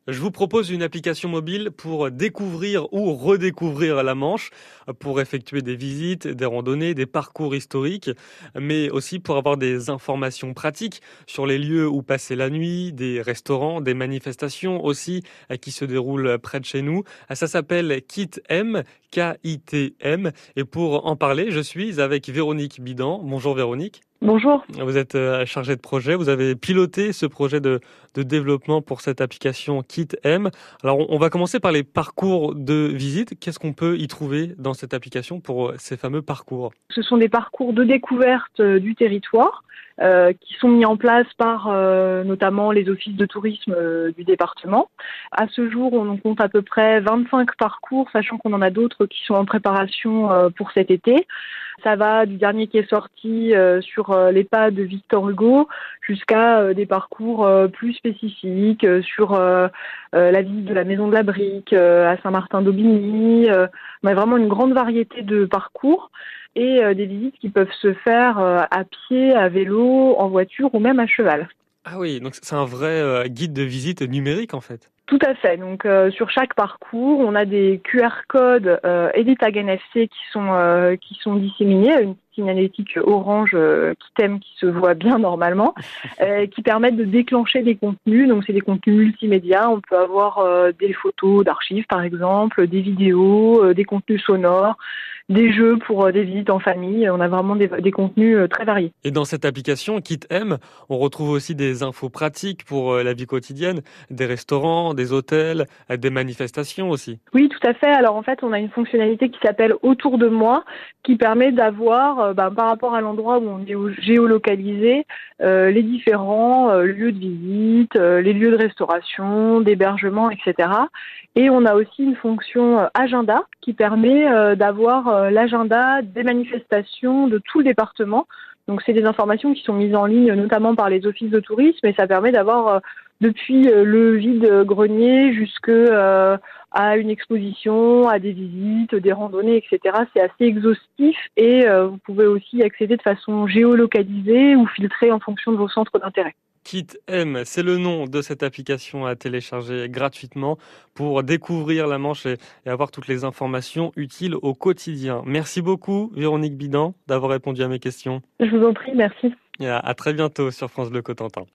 Je vous propose une application mobile pour découvrir ou redécouvrir la Manche, pour effectuer des visites, des randonnées, des parcours historiques, mais aussi pour avoir des informations pratiques sur les lieux où passer la nuit, des restaurants, des manifestations aussi qui se déroulent près de chez nous. Ça s'appelle KitM, K-I-T-M. Et pour en parler, je suis avec Véronique Bidan. Bonjour Véronique. Bonjour. Vous êtes chargée de projet, vous avez piloté ce projet de développement pour cette application KitM. Alors on va commencer par les parcours de visite. Qu'est-ce qu'on peut y trouver dans cette application pour ces fameux parcours? Ce sont des parcours de découverte du territoire qui sont mis en place par notamment les offices de tourisme du département. À ce jour, on en compte à peu près 25 parcours, sachant qu'on en a d'autres qui sont en préparation pour cet été. Ça va du dernier qui est sorti sur les pas de Victor Hugo jusqu'à des parcours plus spécifiques sur la visite de la Maison de la Brique à Saint-Martin-d'Aubigny. On a vraiment une grande variété de parcours et des visites qui peuvent se faire à pied, à vélo, en voiture ou même à cheval. Ah oui, donc c'est un vrai guide de visite numérique en fait. Tout à fait. Donc sur chaque parcours, on a des QR codes et des tags NFC qui sont disséminés, une signalétique orange qui t'aime, qui se voit bien normalement, qui permettent de déclencher des contenus. Donc c'est des contenus multimédia. On peut avoir des photos d'archives par exemple, des vidéos, des contenus sonores, des jeux pour des visites en famille. On a vraiment des contenus très variés. Et dans cette application KitM, on retrouve aussi des infos pratiques pour la vie quotidienne, des restaurants, des hôtels, des manifestations aussi. Oui, tout à fait. Alors en fait, on a une fonctionnalité qui s'appelle Autour de moi, qui permet d'avoir, par rapport à l'endroit où on est géolocalisé, les différents lieux de visite, les lieux de restauration, d'hébergement, etc. Et on a aussi une fonction agenda qui permet d'avoir l'agenda des manifestations de tout le département. Donc c'est des informations qui sont mises en ligne notamment par les offices de tourisme et ça permet d'avoir depuis le vide-grenier jusque à une exposition, à des visites, des randonnées, etc. C'est assez exhaustif et vous pouvez aussi y accéder de façon géolocalisée ou filtrée en fonction de vos centres d'intérêt. KitM, c'est le nom de cette application à télécharger gratuitement pour découvrir la Manche et avoir toutes les informations utiles au quotidien. Merci beaucoup Véronique Bidan d'avoir répondu à mes questions. Je vous en prie, merci. Et à très bientôt sur France Bleu Cotentin.